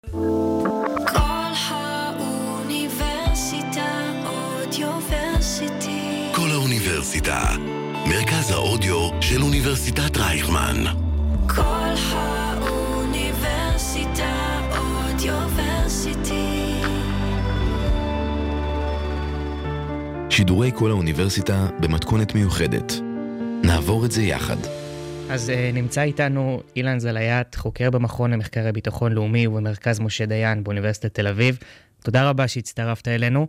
כל האוניברסיטה אודיוורסיטי. כל האוניברסיטה, מרכז האודיו של אוניברסיטת רייכמן. כל האוניברסיטה אודיוורסיטי. שידורי כל האוניברסיטה במתכונת מיוחדת. נעבור את זה יחד. אז נמצא איתנו אילן זלייט, חוקר במכון למחקרי ביטחון לאומי ובמרכז משה דיין באוניברסיטת תל אביב. תודה רבה שהצטרפת אלינו.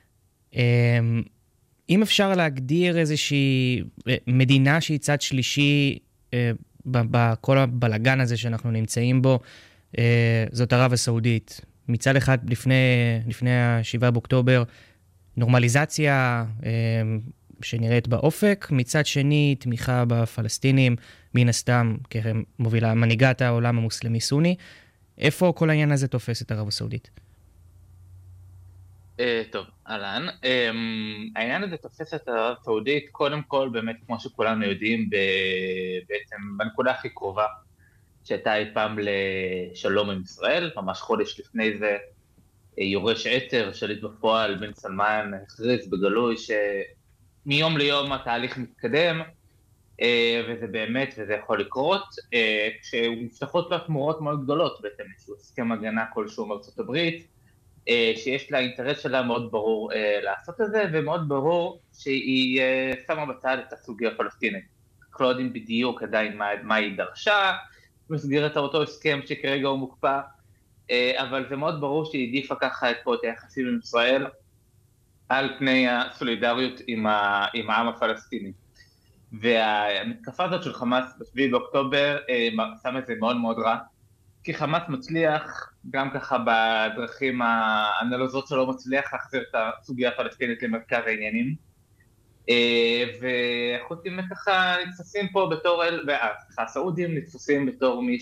אם אפשר להגדיר איזושהי מדינה שהיא צד שלישי בכל הבלגן הזה שאנחנו נמצאים בו, זאת ערב הסעודית. מצד אחד לפני ה-7 באוקטובר, נורמליזציה שנראית באופק, מצד שני תמיכה בפלסטינים, מן הסתם כמובילה מנהיגת העולם המוסלמי סוני. איפה כל העניין הזה תופס את ערב הסעודית? טוב, אהלן. העניין הזה תופס את ערב הסעודית, קודם כל באמת כמו שכולנו יודעים, בעצם בנקודה הכי קרובה שהייתה אי פעם לשלום עם ישראל, ממש חודש לפני זה, יורש עצר שליט בפועל בן סלמן הכריז בגלוי שמיום ליום התהליך מתקדם, וזה באמת, וזה יכול לקרות, כשמובטחות לה תמורות מאוד גדולות, בעצם איזשהו הסכם הגנה כלשהו מארצות הברית, שיש לה אינטרס שלה מאוד ברור לעשות את זה, ומאוד ברור שהיא שמה בצד את הסוגיה הפלסטינית. אנחנו לא יודעים בדיוק עדיין מה היא דרשה, במסגרת אותו הסכם שכרגע הוא מוקפא, אבל זה מאוד ברור שהיא העדיפה ככה את פה את היחסים עם ישראל, על פני הסולידריות עם העם הפלסטיני. והמתקפה הזאת של חמאס ב7 באוקטובר שם את זה מאוד מאוד רע, כי חמאס מצליח, גם ככה בדרכים הנלוזות שלו מצליח להחזיר את הסוגיה הפלסטינית למרכז העניינים, והחות'ים ככה נתפסים פה בתור, הסעודים נתפסים בתור מי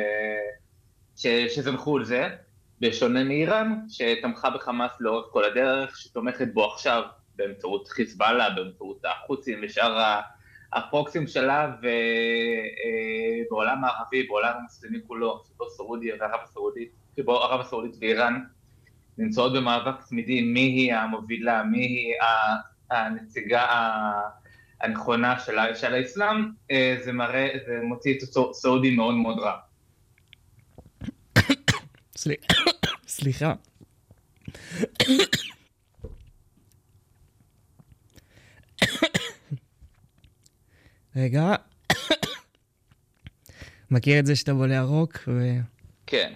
שזנחו על זה, בשונה מאיראן, שתמכה בחמאס לאורך כל הדרך, שתומכת בו עכשיו באמצעות חיזבאללה, באמצעות החות'ים ושאר הפרוקסים שלה, ובעולם הערבי, בעולם המוסלמי כולו, שבו סעודיה וערב הסעודית, שבו ערב הסעודית ואיראן נמצאות במאבק תמידי, מי היא המובילה, מי היא הנציגה הנכונה של האסלאם, זה מוציא את סעודי מאוד מאוד רע. סליחה. רגע. מכיר את זה שאתה בולה ירוק? כן.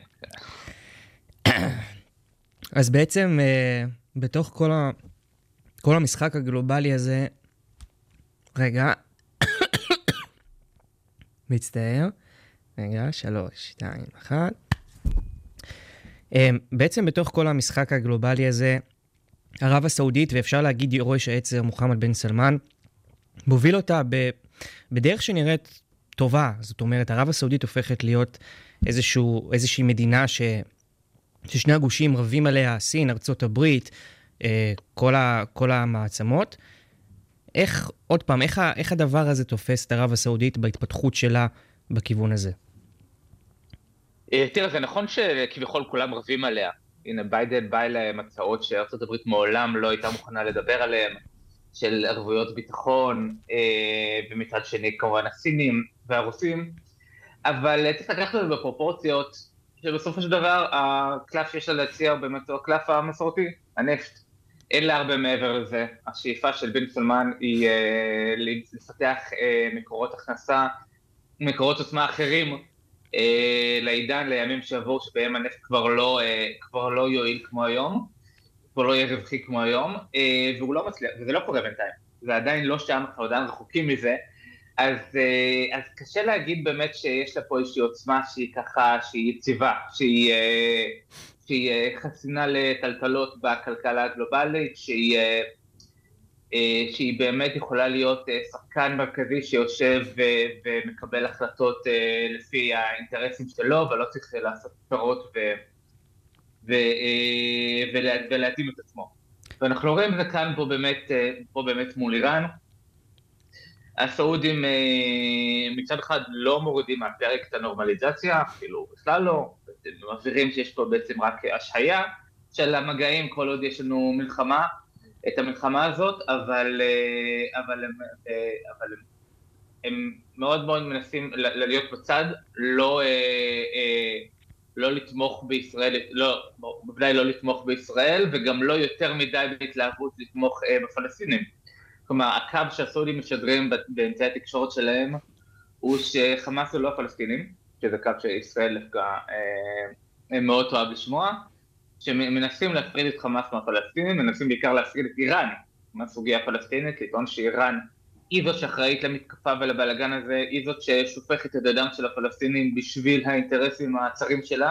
אז בעצם בתוך כל המשחק הגלובלי הזה, רגע. מצטער. רגע, 3, 2, 1. בעצם בתוך כל המשחק הגלובלי הזה, ערב הסעודית, ואפשר להגיד יורש העצר מוחמד בן סלמן, מוביל אותה בדרך שנראית טובה. זאת אומרת, ערב הסעודית הופכת להיות איזושהי מדינה ששני הגושים רבים עליה, סין, ארצות הברית, כל המעצמות. איך הדבר הזה תופס את ערב הסעודית בהתפתחות שלה בכיוון הזה? תראה, זה נכון שכביכול כולם רבים עליה. הנה, ביידן בא אליהם הצעות שארצות הברית מעולם לא הייתה מוכנה לדבר עליהם, של ערבויות ביטחון, ומצד שני כמובן הסינים והרוסים, אבל צריך לקחת את זה בפרופורציות, שבסופו של דבר הקלף שיש לה להציע הוא באמת הקלף המסורתי, הנפט. אין לה הרבה מעבר לזה. השאיפה של בן סלמן היא לפתח מקורות הכנסה, מקורות עוצמה אחרים, לעידן, לימים שעבור שבהם הנפט כבר לא יועיל כמו היום, כבר לא יהיה רווחי כמו היום, והוא לא מצליח, וזה לא קורה בינתיים, זה עדיין לא שם, אנחנו עדיין רחוקים מזה, אז קשה להגיד באמת שיש לה פה איזושהי עוצמה שהיא ככה, שהיא יציבה, שהיא חסינה לטלטלות בכלכלה הגלובלית, שהיא באמת יכולה להיות שחקן מרכזי שיושב ומקבל החלטות לפי האינטרסים שלו, ולא צריך לעשות פשרות ולהתאים את עצמו. ואנחנו רואים את זה כאן פה באמת מול איראן. הסעודים מצד אחד לא מורידים מהפרק את הנורמליזציה, אפילו בכלל לא, מבהירים שיש פה בעצם רק השהיה של המגעים כל עוד יש לנו מלחמה, את המלחמה הזאת, אבל הם מאוד מאוד מנסים להיות בצד, לא לתמוך בישראל, בוודאי לא לתמוך בישראל, וגם לא יותר מדי בהתלהבות לתמוך בפלסטינים. כלומר, הקו שהסעודים משדרים באמצעי התקשורת שלהם, הוא שחמאס זה לא הפלסטינים, שזה קו שישראל מאוד אוהב לשמוע, שמנסים להפריד את חמאס מהפלסטינים, מנסים בעיקר להפריד את איראן מהסוגיה הפלסטינית, לטעון שאיראן היא זאת שאחראית למתקפה ולבלגן הזה, היא זאת ששופכת את הדם של הפלסטינים בשביל האינטרסים הצרים שלה,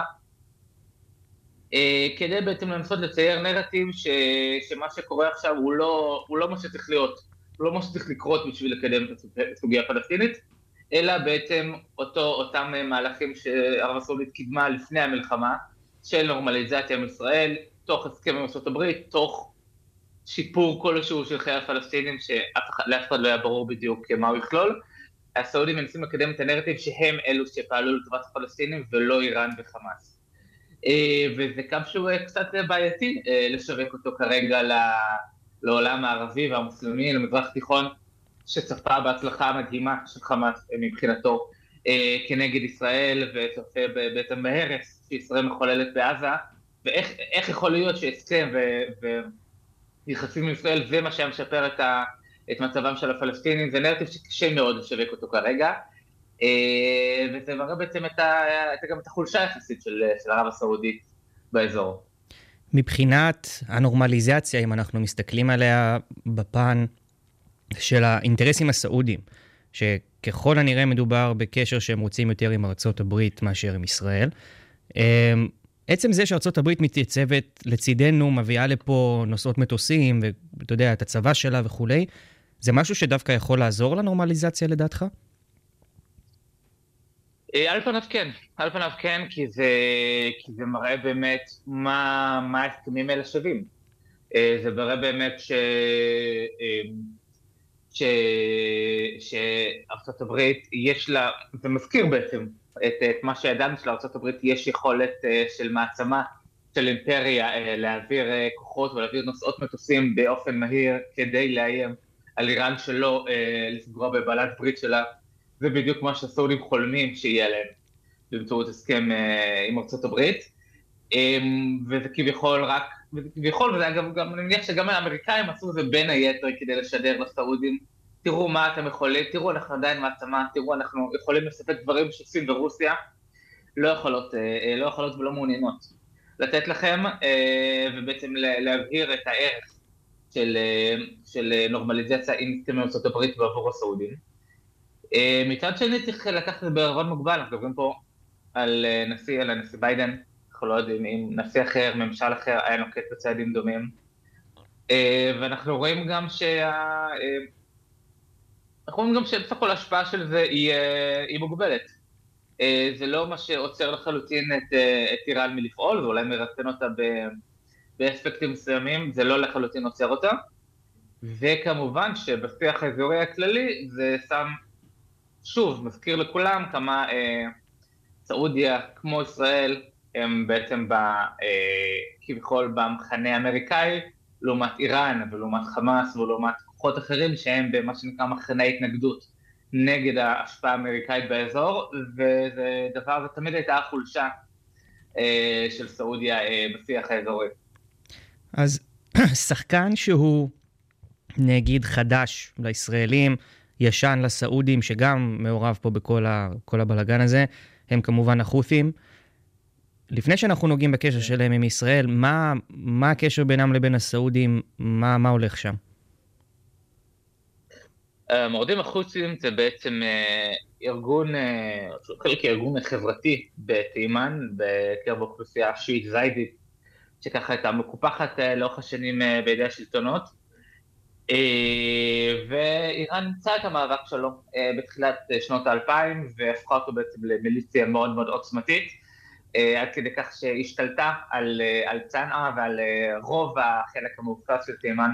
כדי בעצם לנסות לצייר נרטיב שמה שקורה עכשיו הוא לא מה שצריך להיות, הוא לא מה שצריך לקרות בשביל לקדם את הסוגיה הפלסטינית, אלא בעצם אותם מהלכים שערב הסעודית קידמה לפני המלחמה, של נורמליזציה עם ישראל, תוך הסכם עם ארצות הברית, תוך שיפור כלשהו של חיי הפלסטינים, לאף אחד לא היה ברור בדיוק מה הוא יכלול. הסעודים מנסים לקדם את הנרטיב שהם אלו שפעלו לטובת הפלסטינים, ולא איראן וחמאס. וזה קו שהוא קצת בעייתי לשווק אותו כרגע לעולם הערבי והמוסלמי, למזרח תיכון, שצפה בהצלחה המדהימה של חמאס מבחינתו כנגד ישראל, וצופה בעצם בהרס שישראל מחוללת בעזה, ואיך יכול להיות שהסכם ויחסים עם ישראל זה מה שמשפר את מצבם של הפלסטינים, זה נרטיב שקשה מאוד לשווק אותו כרגע, וזה מראה בעצם גם את החולשה היחסית של ערב הסעודית באזור. מבחינת הנורמליזציה, אם אנחנו מסתכלים עליה בפן של האינטרסים הסעודיים, שככל הנראה מדובר בקשר שהם רוצים יותר עם ארצות הברית מאשר עם ישראל, עצם זה שארצות הברית מתייצבת לצידנו, מביאה לפה נושאות מטוסים, ואתה יודע, את הצבא שלה וכו', זה משהו שדווקא יכול לעזור לנורמליזציה לדעתך? על פניו כן, כי זה מראה באמת מה ההסכמים האלה שווים. זה מראה באמת שארצות הברית יש לה, זה מזכיר בעצם את מה שידענו שלארצות הברית יש יכולת של מעצמה, של אימפריה, להעביר כוחות ולהעביר נושאות מטוסים באופן מהיר כדי לאיים על איראן שלא לפגוע בבעלת ברית שלה. זה בדיוק מה שהסעודים חולמים שיהיה להם באמצעות הסכם עם ארצות הברית, וזה כביכול, וזה גם, אני מניח שגם האמריקאים עשו זה בין היתר כדי לשדר לסעודים, תראו מה אתם יכולים, תראו אנחנו עדיין מעצמה, תראו אנחנו יכולים לספק דברים שסין ורוסיה לא יכולות ולא מעוניינות לתת לכם, ובעצם להבהיר את הערך של נורמליזציה עם הסכם עם ארצות הברית בעבור הסעודים. מצד שני צריך לקחת את זה בערבון מוגבל, אנחנו מדברים פה על הנשיא ביידן, אנחנו לא יודעים אם נשיא אחר, ממשל אחר, היה נוקט בצעדים דומים, ואנחנו רואים גם שבסך הכל ההשפעה של זה היא מוגבלת. זה לא מה שעוצר לחלוטין את איראן מלפעול, ואולי מרצן אותה באספקטים מסוימים, זה לא לחלוטין עוצר אותה, וכמובן שבשיח האזורי הכללי זה שם, שוב, מזכיר לכולם כמה סעודיה כמו ישראל הם בעצם כביכול במחנה האמריקאי, לעומת איראן ולעומת חמאס ולעומת כוחות אחרים שהם במה שנקרא מחנה התנגדות נגד ההשפעה האמריקאית באזור, וזה דבר, זה תמיד הייתה החולשה של סעודיה בשיח האזורי. אז שחקן שהוא נגיד חדש לישראלים, ישן לסעודים, שגם מעורב פה בכל הבלגן הזה, הם כמובן החות'ים. לפני שאנחנו נוגעים בקשר שלהם עם ישראל, מה הקשר בינם לבין הסעודים? מה הולך שם? המורדים החות'ים זה בעצם ארגון חברתי בתימן, בקרב האוכלוסייה השיעית זיידית, שככה הייתה מקופחת לאורך השנים בידי השלטונות, ואיראן נמצא את המאבק שלו בתחילת שנות ה-2000, והפכה אותו בעצם למיליציה מאוד מאוד עוצמתית, עד כדי כך שהשתלטה על צנעה ועל רוב החלק המאופס של תימן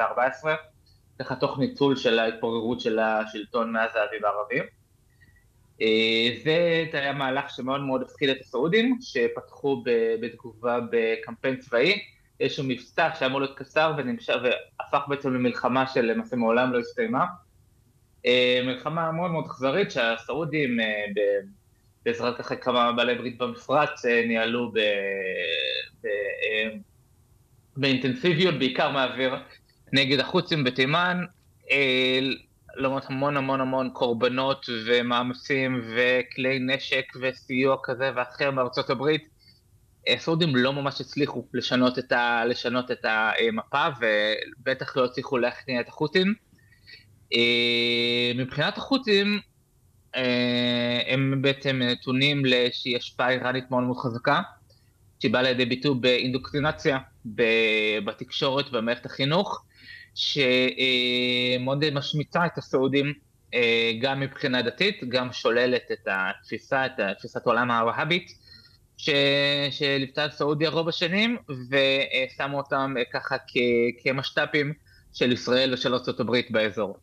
ב-2014, ככה תוך ניצול של ההתפוררות של השלטון מאז האביב הערבי. זה היה מהלך שמאוד מאוד הפחיד את הסעודים, שפתחו בתגובה בקמפיין צבאי, איזשהו מבצע שאמור להיות קצר והפך בעצם למלחמה שלמעשה מעולם לא הסתיימה. מלחמה מאוד מאוד אכזרית שהסעודים בעזרת ככה כמה בעלי ברית במפרץ ניהלו באינטנסיביות, בעיקר מהאוויר, נגד החות'ים בתימן, למרות המון המון המון קורבנות ומאמצים וכלי נשק וסיוע כזה ואחר מארצות הברית. הסעודים לא ממש הצליחו לשנות את המפה, ובטח לא הצליחו להכניע את החות'ים. מבחינת החות'ים, הם בעצם נתונים לאיזושהי השפעה איראנית מאוד מאוד חזקה, שהיא באה לידי ביטוי באינדוקטרינציה בתקשורת ובמערכת החינוך, שמאוד משמיצה את הסעודים גם מבחינה דתית, גם שוללת את תפיסת העולם הווהאבית, שליוותה את סעודיה רוב השנים, ושמו אותם ככה כמשת"פים של ישראל ושל ארצות הברית באזור.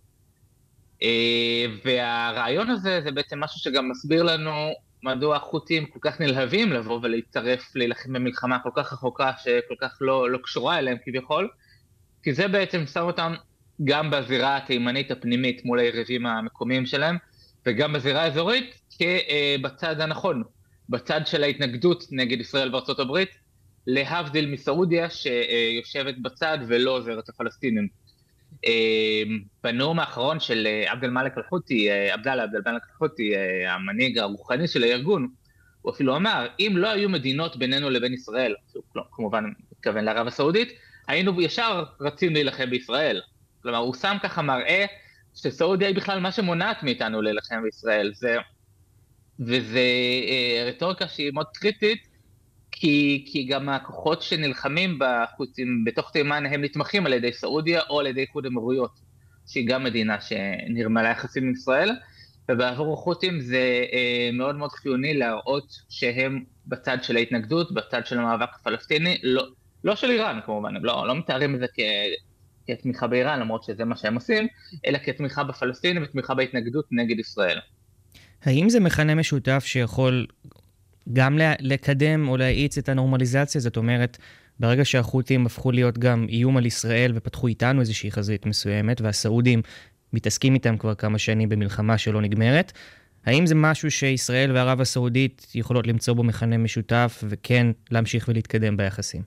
והרעיון הזה זה בעצם משהו שגם מסביר לנו מדוע החות'ים כל כך נלהבים לבוא ולהצטרף להילחם במלחמה כל כך רחוקה שכל כך לא קשורה אליהם כביכול, כי זה בעצם שם אותם גם בזירה התימנית הפנימית מול היריבים המקומיים שלהם, וגם בזירה האזורית כבצד הנכון, בצד של ההתנגדות נגד ישראל וארצות הברית, להבדיל מסעודיה שיושבת בצד ולא עוזרת לפלסטינים. בנאום האחרון של עבד אל-מלך אל-חותי, עבדאללה אל-חותי, המנהיג הרוחני של הארגון, הוא אפילו אמר, אם לא היו מדינות בינינו לבין ישראל, כמובן מתכוון לערב הסעודית, היינו ישר רצים להילחם בישראל. כלומר, הוא שם ככה מראה שסעודיה היא בכלל מה שמונעת מאיתנו להילחם בישראל. וזה רטוריקה שהיא מאוד קריטית, כי גם הכוחות שנלחמים בחות'ים בתוך תימן הם נתמכים על ידי סעודיה או על ידי איחוד האמירויות, שהיא גם מדינה שנרמלה יחסים עם ישראל, ובעבור החות'ים זה מאוד מאוד חיוני להראות שהם בצד של ההתנגדות, בצד של המאבק הפלסטיני, לא של איראן כמובן, הם לא מתארים את זה כתמיכה באיראן, למרות שזה מה שהם עושים, אלא כתמיכה בפלסטינים ותמיכה בהתנגדות נגד ישראל. האם זה מכנה משותף שיכול גם לקדם או להאיץ את הנורמליזציה? זאת אומרת, ברגע שהחות'ים הפכו להיות גם איום על ישראל ופתחו איתנו איזושהי חזית מסוימת, והסעודים מתעסקים איתם כבר כמה שנים במלחמה שלא נגמרת, האם זה משהו שישראל וערב הסעודית יכולות למצוא בו מכנה משותף וכן להמשיך ולהתקדם ביחסים?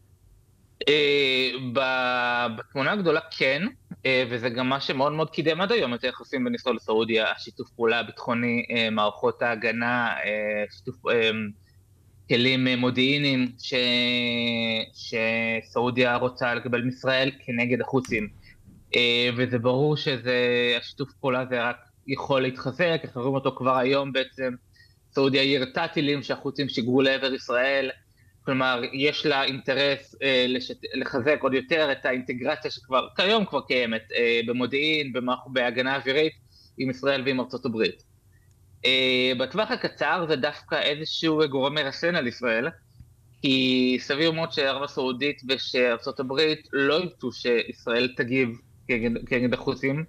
בתמונה הגדולה כן, וזה גם מה שמאוד מאוד קידם עד היום את היחסים בין ישראל לסעודיה, שיתוף פעולה הביטחוני, מערכות ההגנה, שיתוף כלים מודיעיניים שסעודיה רוצה לקבל מישראל כנגד החות'ים, וזה ברור שהשיתוף פעולה זה רק יכול להתחזק, אנחנו רואים אותו כבר היום בעצם, סעודיה ירתה טילים שהחות'ים שיגרו לעבר ישראל, כלומר, יש לה אינטרס לחזק עוד יותר את האינטגרציה שכבר כיום כבר קיימת במודיעין, בהגנה אווירית עם ישראל ועם ארצות הברית. בטווח הקצר זה דווקא איזשהו גורם מרסן על ישראל, כי סביר מאוד שערב הסעודית ושארצות הברית לא ירצו שישראל תגיב כנגד החות'ים,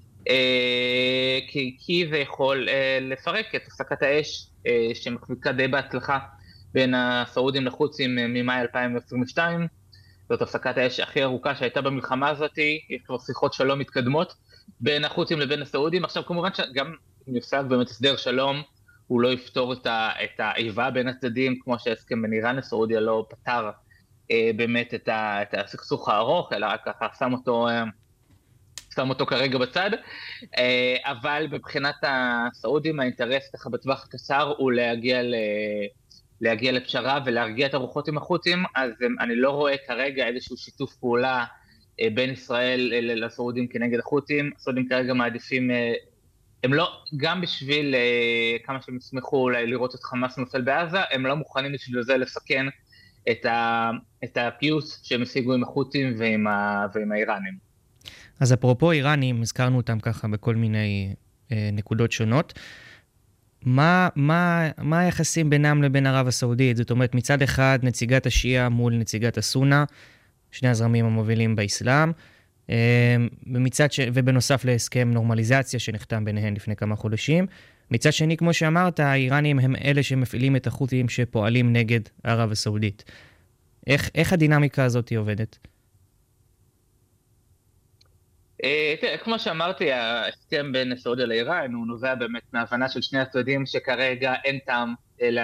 כי זה יכול לפרק את הפסקת האש שמחזיקה די בהצלחה בין הסעודים לחות'ים ממאי 2022, זאת הפסקת האש הכי ארוכה שהייתה במלחמה הזאת, יש כבר שיחות שלום מתקדמות בין החות'ים לבין הסעודים, עכשיו כמובן שגם נפסק באמת הסדר שלום, הוא לא יפתור את האיבה בין הצדדים, כמו שהסכם בין איראן לסעודיה לא פתר באמת את הסכסוך הארוך, אלא רק ככה שם אותו כרגע בצד, אבל מבחינת הסעודים האינטרס ככה בטווח הקצר הוא להגיע לפשרה ולהרגיע את הרוחות עם החות'ים, אז אני לא רואה כרגע איזשהו שיתוף פעולה בין ישראל לסעודים כנגד החות'ים. הסעודים כרגע מעדיפים, הם לא, גם בשביל כמה שהם ישמחו לראות את חמאס נופל בעזה, הם לא מוכנים בשביל זה לסכן את הפיוס שהם השיגו עם החות'ים ועם האיראנים. אז אפרופו איראנים, הזכרנו אותם ככה בכל מיני נקודות שונות, מה היחסים בינם לבין ערב הסעודית? זאת אומרת, מצד אחד נציגת השיעה מול נציגת הסונה, שני הזרמים המובילים באסלאם, ובנוסף להסכם נורמליזציה שנחתם ביניהן לפני כמה חודשים, מצד שני, כמו שאמרת, האיראנים הם אלה שמפעילים את החות'ים שפועלים נגד ערב הסעודית. איך הדינמיקה הזאת עובדת? תראה, כמו שאמרתי, ההסכם בין סעודיה לאיראן הוא נובע באמת מההבנה של שני הצדדים שכרגע אין טעם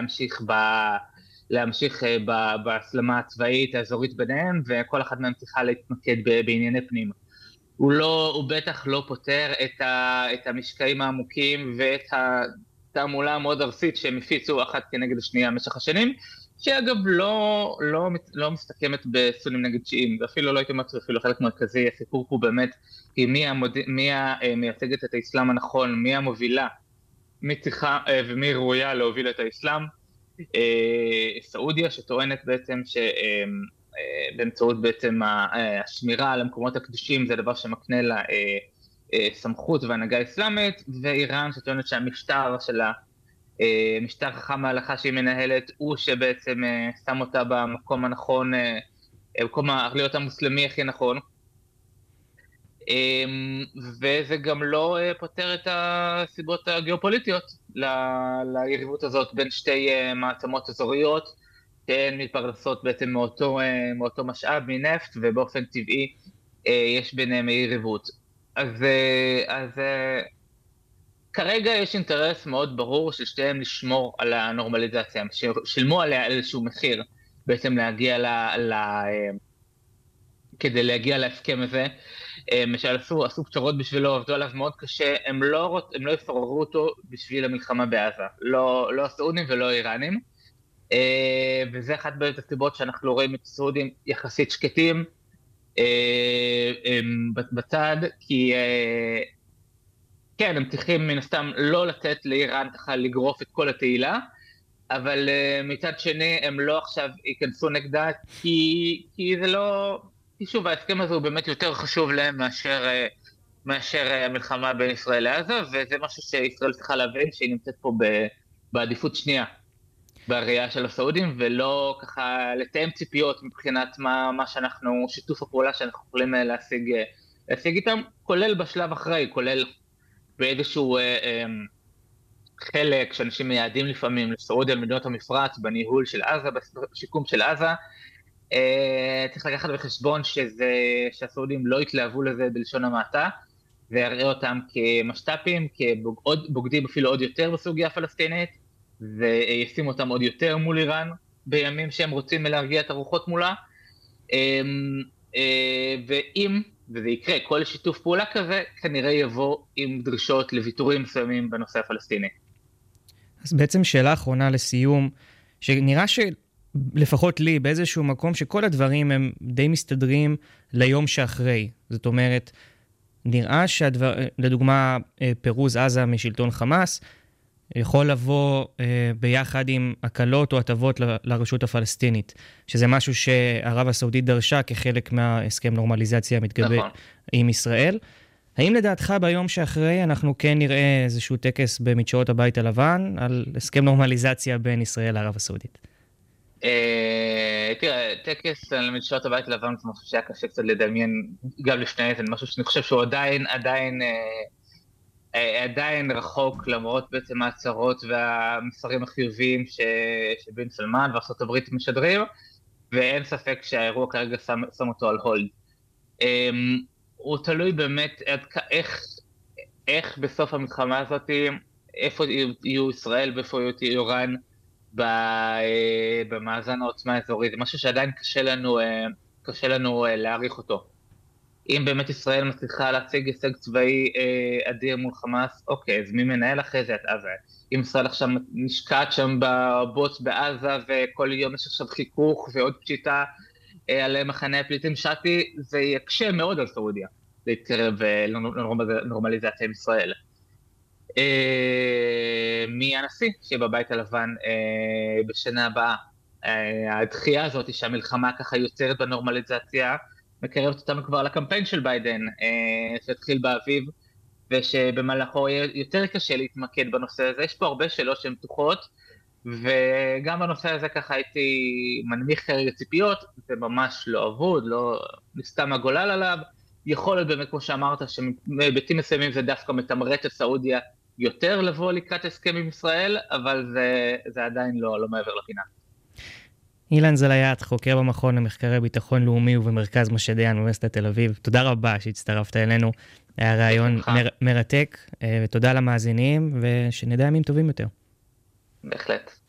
להמשיך בהסלמה הצבאית האזורית ביניהם, וכל אחד מהם צריכה להתמקד בענייני פנים. הוא בטח לא פותר את המשקעים העמוקים ואת התעמולה המאוד ארסית שהם הפיצו אחת כנגד השנייה במשך השנים, שאגב לא מסתכמת בסונים נגד שיעים, ואפילו לא הייתי אומר שזה אפילו חלק מרכזי. הסיפור פה באמת היא מי המייצגת את האסלאם הנכון, מי המובילה, מי צריכה ומי ראויה להוביל את האסלאם. סעודיה שטוענת בעצם שבאמצעות בעצם השמירה על המקומות הקדושים זה דבר שמקנה לה סמכות והנהגה אסלאמית, ואיראן שטוענת שהמשטר שלה, משטר חכם ההלכה שהיא מנהלת, הוא שבעצם שם אותה במקום הנכון, במקום להיות המוסלמי הכי נכון. וזה גם לא פותר את הסיבות הגיאופוליטיות ליריבות הזאת בין שתי מעצמות אזוריות, שהן מתפרנסות בעצם מאותו משאב, מנפט, ובאופן טבעי יש ביניהם יריבות. אז כרגע יש אינטרס מאוד ברור של שתיהם לשמור על הנורמליזציה, שילמו עליה איזשהו מחיר בעצם כדי להגיע להסכם הזה, שעשו פשרות בשבילו, עבדו עליו מאוד קשה, הם לא יפררו אותו בשביל המלחמה בעזה, לא הסעודים ולא האיראנים, וזה אחת הסיבות שאנחנו רואים את הסעודים יחסית שקטים בצד, כי כן, הם צריכים מן הסתם לא לתת לאיראן ככה לגרוף את כל התהילה, אבל מצד שני הם לא עכשיו ייכנסו נגדה, כי זה לא... כי שוב, ההסכם הזה הוא באמת יותר חשוב להם מאשר המלחמה בין ישראל לעזה, וזה משהו שישראל צריכה להבין שהיא נמצאת פה בעדיפות שנייה בראייה של הסעודים, ולא ככה לתאם ציפיות מבחינת מה שאנחנו, שיתוף הפעולה שאנחנו יכולים להשיג איתם, כולל בשלב אחרי, כולל באיזשהו חלק שאנשים מייעדים לפעמים לסעודיה על מדינות המפרץ, בניהול של עזה, בשיקום של עזה. צריך לקחת בחשבון שהסעודים לא יתלהבו לזה בלשון המעטה, ויראה אותם כמשת"פים, כבוגדים אפילו עוד יותר בסוגיה הפלסטינית, וישים אותם עוד יותר מול איראן, בימים שהם רוצים להרגיע את הרוחות מולה. ואם, וזה יקרה, כל שיתוף פעולה כזה, כנראה יבוא עם דרישות לוויתורים מסוימים בנושא הפלסטיני. אז בעצם שאלה אחרונה לסיום, שנראה לפחות לי באיזשהו מקום שכל הדברים הם די מסתדרים ליום שאחרי. זאת אומרת, נראה לדוגמה פירוז עזה משלטון חמאס, יכול לבוא ביחד עם הקלות או הטבות לרשות הפלסטינית, שזה משהו שערב הסעודית דרשה כחלק מההסכם נורמליזציה המתגבש עם ישראל. האם לדעתך ביום שאחרי אנחנו כן נראה איזשהו טקס במדשאות הבית הלבן על הסכם נורמליזציה בין ישראל לערב הסעודית? תראה, טקס על מדשאות הבית הלבן זה משהו שהיה קשה קצת לדמיין גם לפני זה, משהו שאני חושב שהוא עדיין רחוק, למרות בעצם ההצהרות והמסרים החיוביים שבין סלמן וארצות הברית משדרים, ואין ספק שהאירוע כרגע שם אותו על הולד. הוא תלוי באמת איך בסוף המלחמה הזאת, איפה יהיו ישראל ואיפה יהיו איראן במאזן העוצמה האזורית. זה משהו שעדיין קשה לנו להעריך אותו. אם באמת ישראל מצליחה להציג הישג צבאי אדיר מול חמאס, אוקיי, אז מי מנהל אחרי זה את עזה? אם ישראל עכשיו נשקעת שם בבוץ בעזה, וכל יום יש עכשיו חיכוך ועוד פשיטה על מחנה הפליטים שתי, זה יקשה מאוד על סעודיה להתקרב לנורמליזציה עם ישראל. מי הנשיא שבבית הלבן בשנה הבאה? הדחייה הזאת שהמלחמה ככה יוצרת בנורמליזציה, מקרבת אותנו כבר לקמפיין של ביידן, שהתחיל באביב, ושבמהלכו יהיה יותר קשה להתמקד בנושא הזה. יש פה הרבה שאלות שהן פתוחות, וגם בנושא הזה ככה הייתי מנמיך כרגע ציפיות, זה ממש לא אבוד, לא נסתם הגולל עליו. יכול להיות באמת, כמו שאמרת, שבהיבטים מסוימים זה דווקא מתמרץ את סעודיה יותר לבוא לקראת הסכם עם ישראל, אבל זה עדיין לא מעבר לפינה. אילן זלייט, חוקר במכון למחקרי ביטחון לאומי ובמרכז משה דיין באוניברסיטת תל אביב. תודה רבה שהצטרפת אלינו. היה רעיון מרתק, ותודה למאזינים, ושנדע ימים טובים יותר. בהחלט.